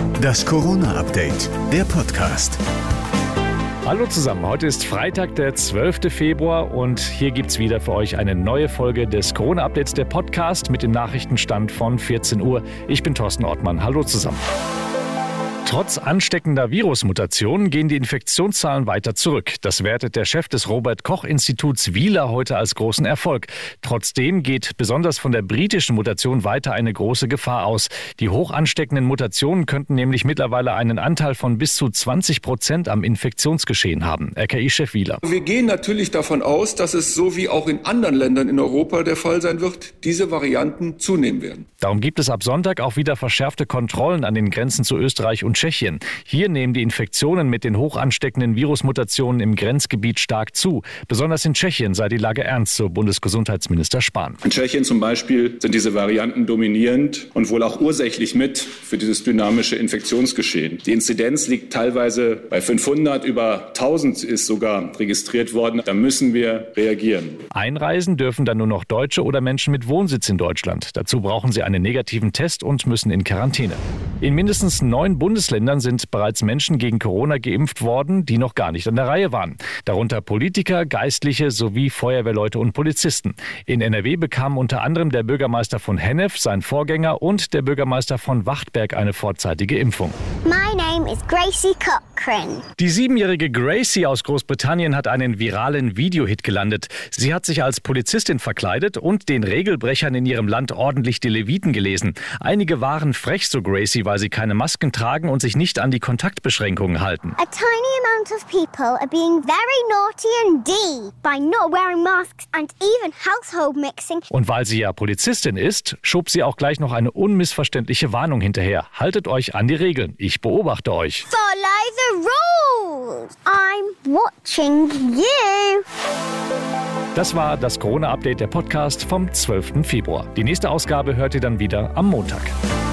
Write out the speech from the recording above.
Das Corona-Update, der Podcast. Hallo zusammen, heute ist Freitag, der 12. Februar und hier gibt's wieder für euch eine neue Folge des Corona-Updates, der Podcast mit dem Nachrichtenstand von 14 Uhr. Ich bin Thorsten Ortmann, hallo zusammen. Trotz ansteckender Virusmutationen gehen die Infektionszahlen weiter zurück. Das wertet der Chef des Robert-Koch-Instituts Wieler heute als großen Erfolg. Trotzdem geht besonders von der britischen Mutation weiter eine große Gefahr aus. Die hoch ansteckenden Mutationen könnten nämlich mittlerweile einen Anteil von bis zu 20% am Infektionsgeschehen haben. RKI-Chef Wieler. Wir gehen natürlich davon aus, dass es so wie auch in anderen Ländern in Europa der Fall sein wird, diese Varianten zunehmen werden. Darum gibt es ab Sonntag auch wieder verschärfte Kontrollen an den Grenzen zu Österreich und Tschechien. Hier nehmen die Infektionen mit den hoch ansteckenden Virusmutationen im Grenzgebiet stark zu. Besonders in Tschechien sei die Lage ernst, so Bundesgesundheitsminister Spahn. In Tschechien zum Beispiel sind diese Varianten dominierend und wohl auch ursächlich mit für dieses dynamische Infektionsgeschehen. Die Inzidenz liegt teilweise bei 500, über 1000 ist sogar registriert worden. Da müssen wir reagieren. Einreisen dürfen dann nur noch Deutsche oder Menschen mit Wohnsitz in Deutschland. Dazu brauchen sie einen negativen Test und müssen in Quarantäne. In mindestens 9 Bundesländern sind bereits Menschen gegen Corona geimpft worden, die noch gar nicht an der Reihe waren. Darunter Politiker, Geistliche sowie Feuerwehrleute und Polizisten. In NRW bekamen unter anderem der Bürgermeister von Hennef, sein Vorgänger, und der Bürgermeister von Wachtberg eine vorzeitige Impfung. My name is Gracie Cochrane. Die 7-jährige Gracie aus Großbritannien hat einen viralen Videohit gelandet. Sie hat sich als Polizistin verkleidet und den Regelbrechern in ihrem Land ordentlich die Leviten gelesen. Einige waren frech, so Gracie, weil sie keine Masken tragen und sich nicht an die Kontaktbeschränkungen halten. A tiny amount of people are being very naughty indeed by not wearing masks and even household mixing. Und weil sie ja Polizistin ist, schob sie auch gleich noch eine unmissverständliche Warnung hinterher. Haltet euch an die Regeln. Ich beobachte euch. Follow the rules. I'm watching you. Das war das Corona-Update, der Podcast vom 12. Februar. Die nächste Ausgabe hört ihr dann wieder am Montag.